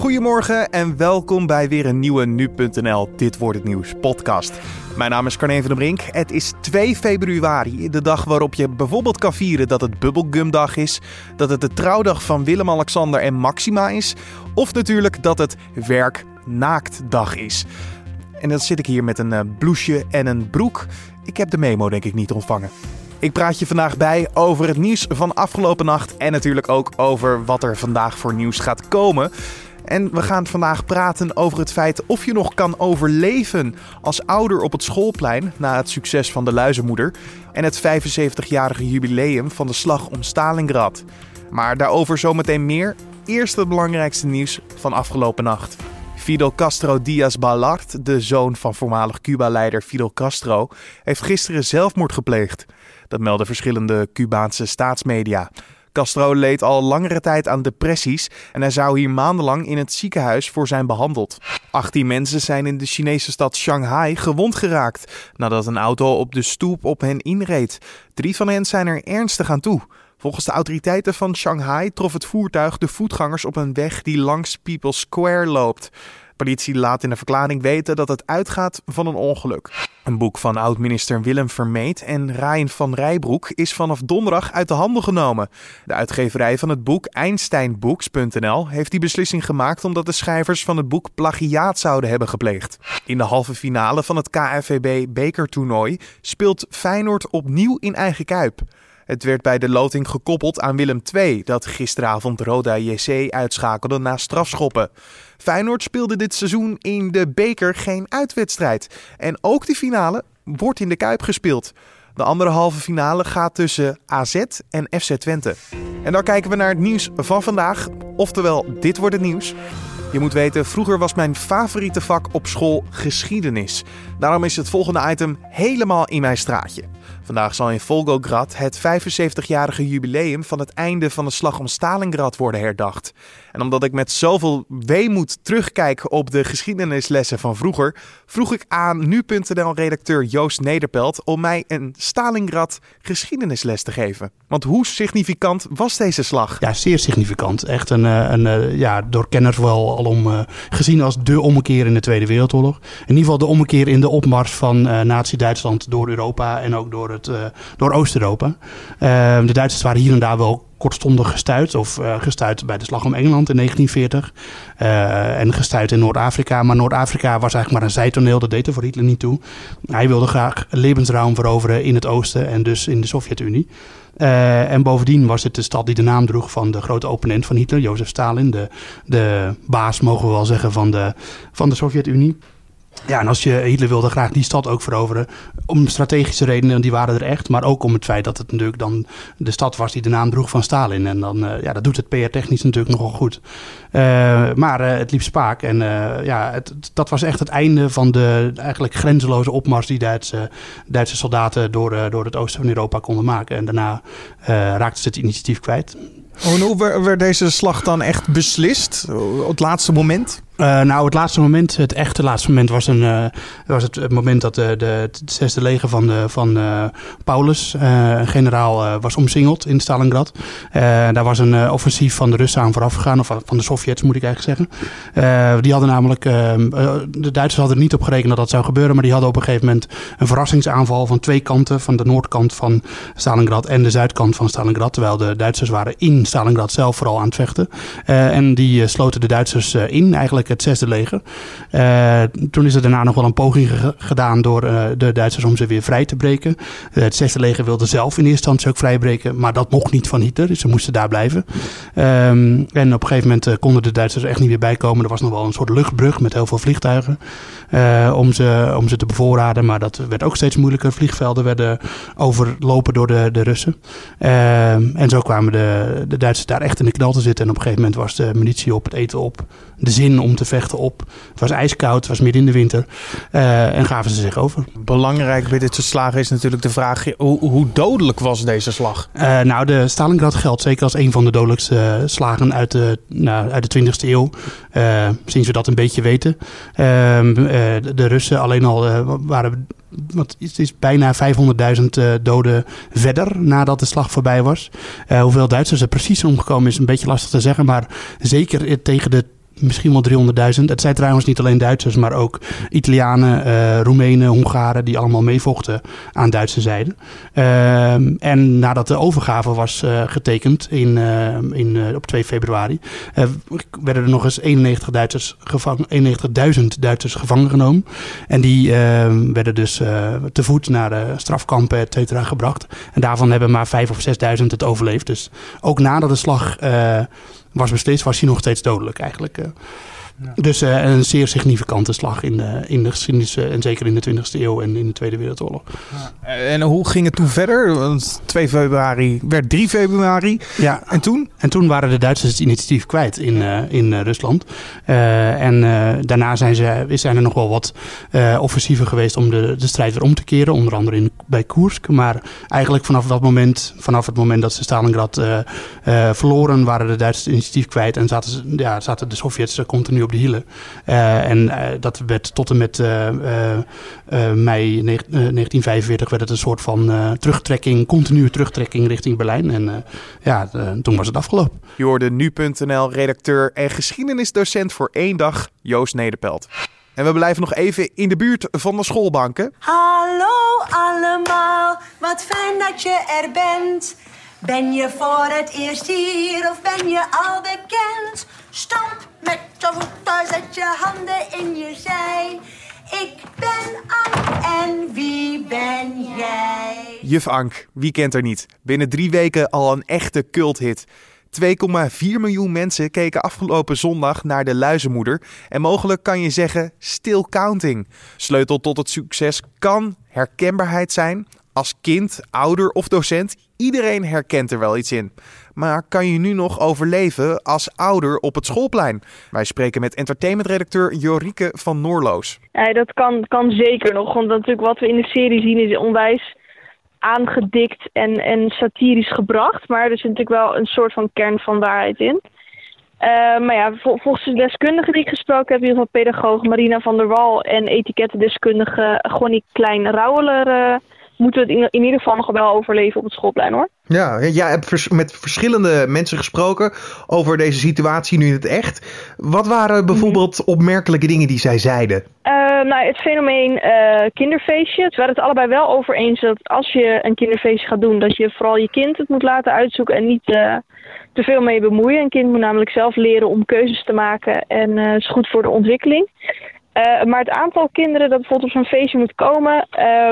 Goedemorgen en welkom bij weer een nieuwe Nu.nl Dit Wordt Het Nieuws podcast. Mijn naam is Carne van der Brink. Het is 2 februari, de dag waarop je bijvoorbeeld kan vieren dat het Bubblegumdag is, dat het de trouwdag van Willem-Alexander en Maxima is, of natuurlijk dat het Werknaaktdag is. En dan zit ik hier met een blouseje en een broek. Ik heb de memo denk ik niet ontvangen. Ik praat je vandaag bij over het nieuws van afgelopen nacht en natuurlijk ook over wat er vandaag voor nieuws gaat komen. En we gaan vandaag praten over het feit of je nog kan overleven als ouder op het schoolplein na het succes van de luizenmoeder en het 75-jarige jubileum van de slag om Stalingrad. Maar daarover zometeen meer. Eerst het belangrijkste nieuws van afgelopen nacht. Fidel Castro Díaz-Balart, de zoon van voormalig Cuba-leider Fidel Castro, heeft gisteren zelfmoord gepleegd. Dat melden verschillende Cubaanse staatsmedia. Castro leed al langere tijd aan depressies en hij zou hier maandenlang in het ziekenhuis voor zijn behandeld. 18 mensen zijn in de Chinese stad Shanghai gewond geraakt nadat een auto op de stoep op hen inreed. 3 van hen zijn er ernstig aan toe. Volgens de autoriteiten van Shanghai trof het voertuig de voetgangers op een weg die langs People's Square loopt. Politie laat in een verklaring weten dat het uitgaat van een ongeluk. Een boek van oud-minister Willem Vermeet en Ryan van Rijbroek is vanaf donderdag uit de handen genomen. De uitgeverij van het boek EinsteinBooks.nl heeft die beslissing gemaakt omdat de schrijvers van het boek plagiaat zouden hebben gepleegd. In de halve finale van het KNVB-bekertoernooi speelt Feyenoord opnieuw in eigen kuip. Het werd bij de loting gekoppeld aan Willem II, dat gisteravond Roda JC uitschakelde na strafschoppen. Feyenoord speelde dit seizoen in de beker geen uitwedstrijd. En ook de finale wordt in de Kuip gespeeld. De andere halve finale gaat tussen AZ en FC Twente. En dan kijken we naar het nieuws van vandaag, oftewel dit wordt het nieuws. Je moet weten, vroeger was mijn favoriete vak op school geschiedenis. Daarom is het volgende item helemaal in mijn straatje. Vandaag zal in Volgograd het 75-jarige jubileum van het einde van de slag om Stalingrad worden herdacht. En omdat ik met zoveel weemoed terugkijk op de geschiedenislessen van vroeger, vroeg ik aan Nu.nl-redacteur Joost Nederpelt om mij een Stalingrad geschiedenisles te geven. Want hoe significant was deze slag? Ja, zeer significant. Echt door kenners wel alom gezien als de ommekeer in de Tweede Wereldoorlog. In ieder geval de ommekeer in de opmars van Nazi-Duitsland door Europa en ook door Oost-Europa. De Duitsers waren hier en daar wel kortstondig gestuit bij de slag om Engeland in 1940 en gestuit in Noord-Afrika. Maar Noord-Afrika was eigenlijk maar een zijtoneel, dat deed er voor Hitler niet toe. Hij wilde graag levensruim veroveren in het oosten en dus in de Sovjet-Unie. En bovendien was het de stad die de naam droeg van de grote opponent van Hitler, Jozef Stalin, de baas, mogen we wel zeggen, van de Sovjet-Unie. Ja, en Hitler wilde graag die stad ook veroveren, om strategische redenen, die waren er echt, maar ook om het feit dat het natuurlijk dan de stad was die de naam droeg van Stalin. En dan, dat doet het PR-technisch natuurlijk nogal goed. Maar het liep spaak en dat was echt het einde van de eigenlijk grenzeloze opmars die Duitse soldaten door het oosten van Europa konden maken. En daarna raakten ze het initiatief kwijt. Hoe werd deze slag dan echt beslist? Op het laatste moment? Het echte laatste moment was het moment dat het 6e leger van Paulus, een generaal, was omsingeld in Stalingrad. Daar was een offensief van de Russen aan vooraf gegaan, of van de Sovjets moet ik eigenlijk zeggen. Die hadden namelijk, de Duitsers hadden er niet op gerekend dat dat zou gebeuren, maar die hadden op een gegeven moment een verrassingsaanval van 2 kanten, van de noordkant van Stalingrad en de zuidkant van Stalingrad, terwijl de Duitsers waren in Stalingrad zelf vooral aan het vechten. En die sloten de Duitsers in, eigenlijk het 6e leger. Toen is er daarna nog wel een poging gedaan door de Duitsers om ze weer vrij te breken. Het 6e leger wilde zelf in eerste instantie ook vrijbreken, maar dat mocht niet van Hitler, dus ze moesten daar blijven. En op een gegeven moment konden de Duitsers er echt niet weer bij komen. Er was nog wel een soort luchtbrug met heel veel vliegtuigen om ze te bevoorraden, maar dat werd ook steeds moeilijker. Vliegvelden werden overlopen door de Russen. En zo kwamen de Duitsers daar echt in de knel te zitten. En op een gegeven moment was de munitie op, het eten op, de zin om te vechten op. Het was ijskoud, het was midden in de winter. En gaven ze zich over. Belangrijk bij dit soort slagen is natuurlijk de vraag, hoe dodelijk was deze slag? De Stalingrad geldt zeker als een van de dodelijkste slagen uit de 20e eeuw. Sinds we dat een beetje weten. De Russen alleen al waren... Want het is bijna 500.000 doden verder nadat de slag voorbij was. Hoeveel Duitsers er precies omgekomen is een beetje lastig te zeggen. Maar zeker tegen de misschien wel 300.000. Het zijn trouwens niet alleen Duitsers, maar ook Italianen, Roemenen, Hongaren die allemaal meevochten aan Duitse zijde. En nadat de overgave was getekend op 2 februari, werden er nog eens 91.000 Duitsers gevangen genomen. En die werden dus te voet naar de strafkampen, et cetera, gebracht. En daarvan hebben maar 5.000 of 6.000 het overleefd. Dus ook nadat de slag was beslist, was hij nog steeds dodelijk eigenlijk. Ja. Dus een zeer significante slag in de geschiedenis en zeker in de 20e eeuw en in de Tweede Wereldoorlog. Ja. En hoe ging het toen verder? Want 2 februari werd 3 februari. Ja. En toen? En toen waren de Duitsers het initiatief kwijt in Rusland. Daarna zijn er nog wel wat offensieven geweest om de strijd weer om te keren. Onder andere bij Koersk. Maar eigenlijk vanaf het moment dat ze Stalingrad verloren, waren de Duitsers het initiatief kwijt. En zaten de Sovjets continu op de hielen. Dat werd tot en met mei 1945 werd het een soort van continue terugtrekking richting Berlijn. En toen was het afgelopen. Je hoorde nu.nl-redacteur en geschiedenisdocent voor 1 dag, Joost Nederpelt. En we blijven nog even in de buurt van de schoolbanken. Hallo allemaal, wat fijn dat je er bent. Ben je voor het eerst hier of ben je al bekend? Stamp met je voeten, zet je handen in je zij. Ik ben Ank en wie ben jij? Juf Ank, wie kent er niet? Binnen 3 weken al een echte culthit. 2,4 miljoen mensen keken afgelopen zondag naar De Luizenmoeder. En mogelijk kan je zeggen, still counting. Sleutel tot het succes kan herkenbaarheid zijn. Als kind, ouder of docent, iedereen herkent er wel iets in. Maar kan je nu nog overleven als ouder op het schoolplein? Wij spreken met entertainmentredacteur Jorike van Noorloos. Ja, dat kan zeker nog. Want natuurlijk wat we in de serie zien is onwijs aangedikt en satirisch gebracht. Maar er zit natuurlijk wel een soort van kern van waarheid in. Maar ja, volgens de deskundige die ik gesproken heb, in ieder geval pedagoog Marina van der Wal en etikettendeskundige Gonnie Klein-Rouweler, moeten we het in ieder geval nog wel overleven op het schoolplein, hoor. Ja, jij hebt met verschillende mensen gesproken over deze situatie nu in het echt. Wat waren bijvoorbeeld opmerkelijke dingen die zij zeiden? Het fenomeen kinderfeestje. We waren het allebei wel over eens dat als je een kinderfeestje gaat doen, dat je vooral je kind het moet laten uitzoeken en niet te veel mee bemoeien. Een kind moet namelijk zelf leren om keuzes te maken en is goed voor de ontwikkeling. Maar het aantal kinderen dat bijvoorbeeld op zo'n feestje moet komen.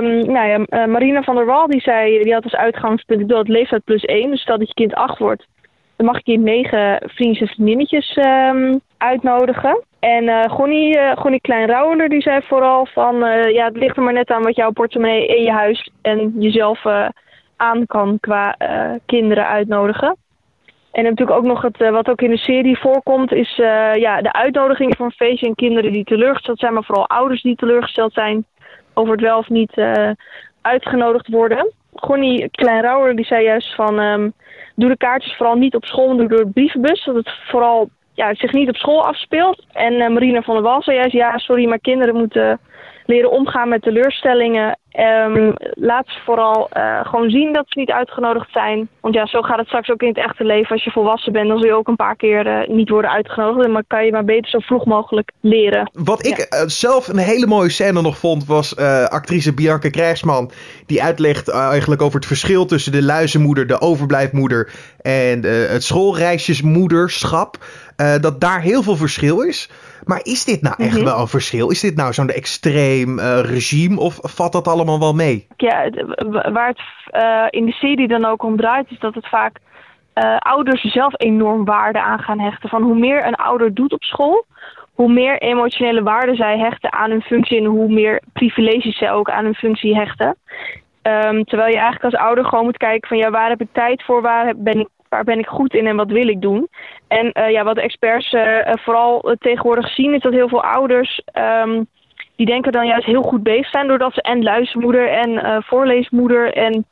Marina van der Wal die had als uitgangspunt, ik bedoel, het leeftijd +1. Dus stel dat je kind 8 wordt, dan mag je 9 vriendjes en vriendinnetjes uitnodigen. En Gonnie Klein-Rouweler die zei vooral van, het ligt er maar net aan wat jouw portemonnee in je huis en jezelf aan kan qua kinderen uitnodigen. En natuurlijk ook nog wat ook in de serie voorkomt is de uitnodiging voor een feestje en kinderen die teleurgesteld zijn, maar vooral ouders die teleurgesteld zijn over het wel of niet uitgenodigd worden. Gonnie Klein-Rouweler die zei juist van doe de kaartjes vooral niet op school, doe door de brievenbus, dat het vooral zich niet op school afspeelt. En Marina van der Wal zei juist, maar kinderen moeten leren omgaan met teleurstellingen. Laat ze vooral gewoon zien dat ze niet uitgenodigd zijn. Want zo gaat het straks ook in het echte leven. Als je volwassen bent, dan zul je ook een paar keer niet worden uitgenodigd. Maar kan je maar beter zo vroeg mogelijk leren. Wat ik zelf een hele mooie scène nog vond, was actrice Bianca Krijgsman. Die uitlegt eigenlijk over het verschil tussen de luizenmoeder, de overblijfmoeder en het schoolreisjesmoederschap. Dat daar heel veel verschil is. Maar is dit nou echt wel een verschil? Is dit nou zo'n extreem regime of vat dat allemaal wel mee? Ja, waar het in de serie dan ook om draait is dat het vaak ouders zelf enorm waarde aan gaan hechten. Van hoe meer een ouder doet op school, hoe meer emotionele waarde zij hechten aan hun functie en hoe meer privileges zij ook aan hun functie hechten. Terwijl je eigenlijk als ouder gewoon moet kijken van waar heb ik tijd voor, waar ben ik goed in en wat wil ik doen? En wat de experts vooral tegenwoordig zien is dat heel veel ouders die denken dan juist heel goed bezig zijn doordat ze en luizenmoeder en voorleesmoeder en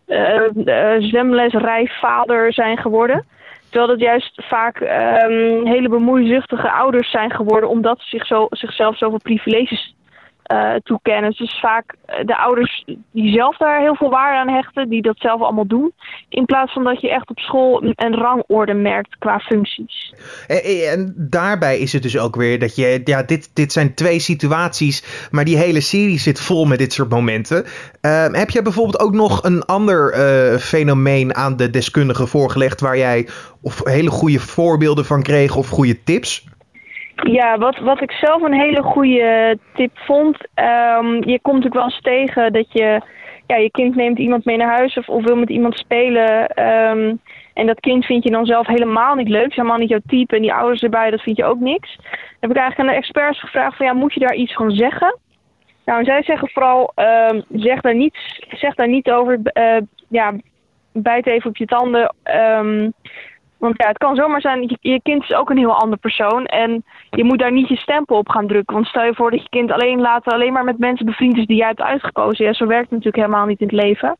zwemlesrijvader zijn geworden. Terwijl dat juist vaak hele bemoeizuchtige ouders zijn geworden omdat ze zichzelf zoveel privileges toekennen. Dus vaak de ouders die zelf daar heel veel waarde aan hechten, die dat zelf allemaal doen. In plaats van dat je echt op school een rangorde merkt qua functies. En daarbij is het dus ook weer dat dit zijn 2 situaties, maar die hele serie zit vol met dit soort momenten. Heb jij bijvoorbeeld ook nog een ander fenomeen aan de deskundige voorgelegd waar jij of hele goede voorbeelden van kreeg of goede tips? Ja, wat ik zelf een hele goede tip vond. Je komt natuurlijk wel eens tegen dat je kind neemt iemand mee naar huis of wil met iemand spelen. En dat kind vind je dan zelf helemaal niet leuk. Het is helemaal niet jouw type. En die ouders erbij, dat vind je ook niks. Dan heb ik eigenlijk aan de experts gevraagd van moet je daar iets van zeggen? Nou, en zij zeggen vooral, zeg daar niet over. Bijt even op je tanden. Want het kan zomaar zijn, je kind is ook een heel ander persoon. En je moet daar niet je stempel op gaan drukken. Want stel je voor dat je kind alleen maar met mensen bevriend is die jij hebt uitgekozen. Ja, zo werkt het natuurlijk helemaal niet in het leven.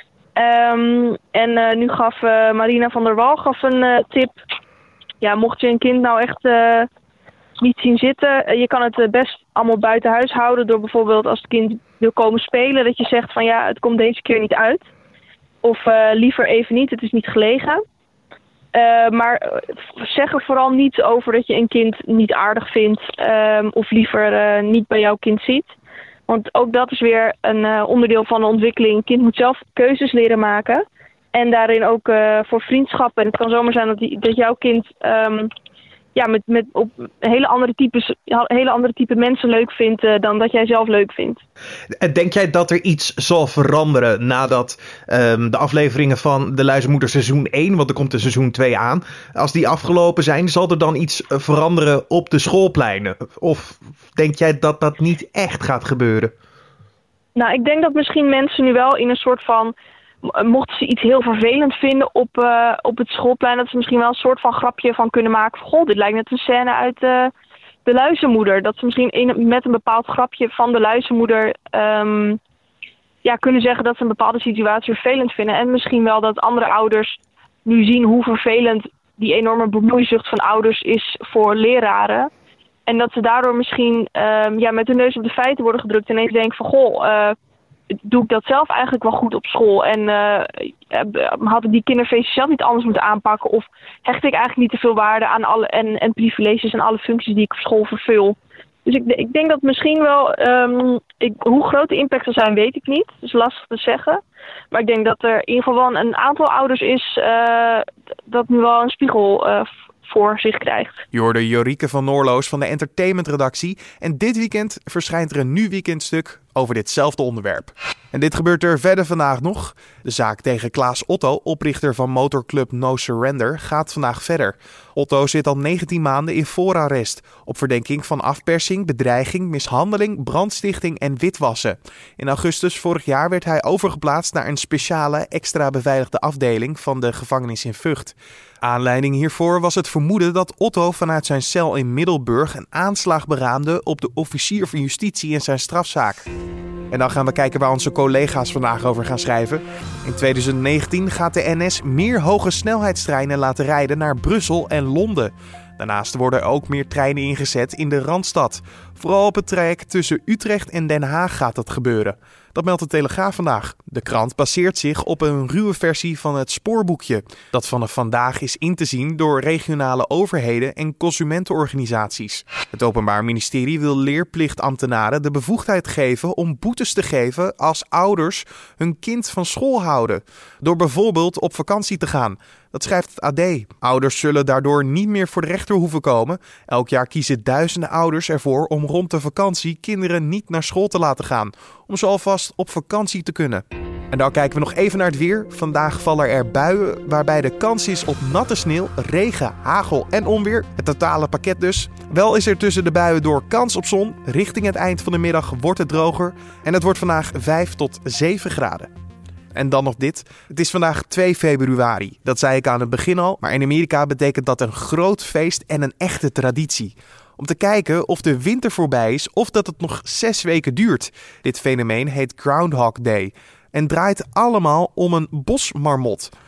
Nu gaf Marina van der Wal een tip. Ja, mocht je een kind nou echt niet zien zitten. Je kan het best allemaal buiten huis houden. Door bijvoorbeeld als het kind wil komen spelen. Dat je zegt van het komt deze keer niet uit. Of liever even niet, het is niet gelegen. Maar zeg er vooral niet over dat je een kind niet aardig vindt. Of liever niet bij jouw kind ziet. Want ook dat is weer een onderdeel van de ontwikkeling. Een kind moet zelf keuzes leren maken. En daarin ook voor vriendschappen. En het kan zomaar zijn dat jouw kind op hele andere type mensen leuk vindt dan dat jij zelf leuk vindt. Denk jij dat er iets zal veranderen nadat de afleveringen van De Luizenmoeder seizoen 1, want er komt er seizoen 2 aan, als die afgelopen zijn, zal er dan iets veranderen op de schoolpleinen? Of denk jij dat dat niet echt gaat gebeuren? Nou, ik denk dat misschien mensen nu wel in een soort van, mochten ze iets heel vervelend vinden op het schoolplein, dat ze misschien wel een soort van grapje van kunnen maken. Van, goh, dit lijkt net een scène uit De Luizenmoeder. Dat ze misschien met een bepaald grapje van De Luizenmoeder kunnen zeggen dat ze een bepaalde situatie vervelend vinden. En misschien wel dat andere ouders nu zien hoe vervelend die enorme bemoeizucht van ouders is voor leraren. En dat ze daardoor misschien met de neus op de feiten worden gedrukt en ineens denken van goh, doe ik dat zelf eigenlijk wel goed op school? En hadden die kinderfeestjes zelf niet anders moeten aanpakken? Of hecht ik eigenlijk niet te veel waarde aan alle en privileges en alle functies die ik op school vervul? Dus ik denk dat misschien wel, hoe groot de impact zal zijn, weet ik niet. Dat is lastig te zeggen. Maar ik denk dat er in ieder geval wel een aantal ouders is dat nu wel een spiegel voor zich krijgt. Je hoorde Jorike van Noorloos van de entertainmentredactie. En dit weekend verschijnt er een nieuw weekendstuk over ditzelfde onderwerp. En dit gebeurt er verder vandaag nog. De zaak tegen Klaas Otto, oprichter van motorclub No Surrender, gaat vandaag verder. Otto zit al 19 maanden in voorarrest op verdenking van afpersing, bedreiging, mishandeling, brandstichting en witwassen. In augustus vorig jaar werd hij overgeplaatst naar een speciale, extra beveiligde afdeling van de gevangenis in Vught. Aanleiding hiervoor was het vermoeden dat Otto vanuit zijn cel in Middelburg een aanslag beraamde op de officier van justitie in zijn strafzaak. En dan gaan we kijken waar onze collega's vandaag over gaan schrijven. In 2019 gaat de NS meer hoge snelheidstreinen laten rijden naar Brussel en Londen. Daarnaast worden er ook meer treinen ingezet in de Randstad. Vooral op het traject tussen Utrecht en Den Haag gaat dat gebeuren. Dat meldt de Telegraaf vandaag. De krant baseert zich op een ruwe versie van het spoorboekje, dat vanaf vandaag is in te zien door regionale overheden en consumentenorganisaties. Het Openbaar Ministerie wil leerplichtambtenaren de bevoegdheid geven om boetes te geven als ouders hun kind van school houden, door bijvoorbeeld op vakantie te gaan. Dat schrijft het AD. Ouders zullen daardoor niet meer voor de rechter hoeven komen. Elk jaar kiezen duizenden ouders ervoor om rond de vakantie kinderen niet naar school te laten gaan, om zo alvast op vakantie te kunnen. En dan kijken we nog even naar het weer. Vandaag vallen er buien waarbij de kans is op natte sneeuw, regen, hagel en onweer. Het totale pakket dus. Wel is er tussen de buien door kans op zon. Richting het eind van de middag wordt het droger. En het wordt vandaag 5 tot 7 graden. En dan nog dit. Het is vandaag 2 februari. Dat zei ik aan het begin al. Maar in Amerika betekent dat een groot feest en een echte traditie. Om te kijken of de winter voorbij is of dat het nog 6 weken duurt. Dit fenomeen heet Groundhog Day. En draait allemaal om een bosmarmot.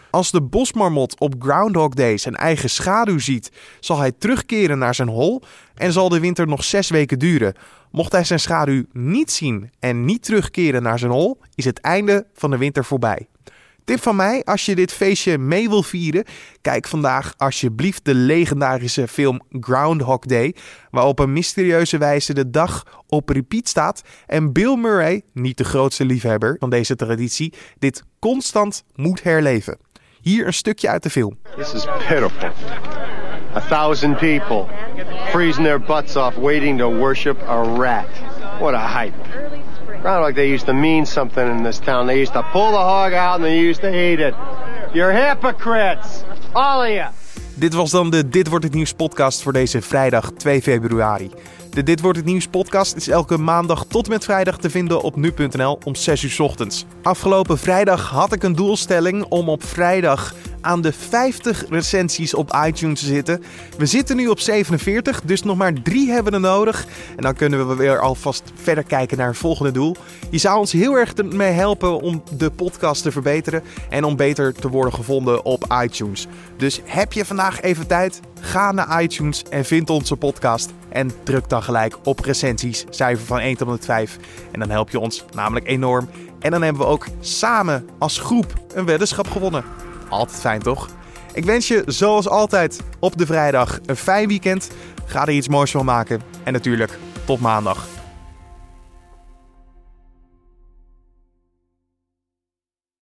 Als de bosmarmot op Groundhog Day zijn eigen schaduw ziet, zal hij terugkeren naar zijn hol en zal de winter nog 6 weken duren. Mocht hij zijn schaduw niet zien en niet terugkeren naar zijn hol, is het einde van de winter voorbij. Tip van mij, als je dit feestje mee wil vieren, kijk vandaag alsjeblieft de legendarische film Groundhog Day, waar op een mysterieuze wijze de dag op repeat staat en Bill Murray, niet de grootste liefhebber van deze traditie, dit constant moet herleven. Hier een stukje uit de film. This is pitiful. 1,000 people freezing their butts off waiting to worship a rat. What a hype. Groundhog Day used to mean something in this town. They used to pull the hog out and they used to eat it. You're hypocrites. All of you. Dit was dan de Dit Wordt Het Nieuws podcast voor deze vrijdag 2 februari. De Dit Wordt Het Nieuws podcast is elke maandag tot en met vrijdag te vinden op nu.nl om 6 uur 's ochtends. Afgelopen vrijdag had ik een doelstelling om op vrijdag aan de 50 recensies op iTunes te zitten. We zitten nu op 47, dus nog maar 3 hebben we nodig. En dan kunnen we weer alvast verder kijken naar het volgende doel. Je zou ons heel erg mee helpen om de podcast te verbeteren en om beter te worden gevonden op iTunes. Dus heb je vandaag even tijd? Ga naar iTunes en vind onze podcast. En druk dan gelijk op recensies, cijfer van 1 tot en met 5. En dan help je ons namelijk enorm. En dan hebben we ook samen als groep een weddenschap gewonnen. Altijd fijn, toch? Ik wens je zoals altijd op de vrijdag een fijn weekend. Ga er iets moois van maken. En natuurlijk tot maandag.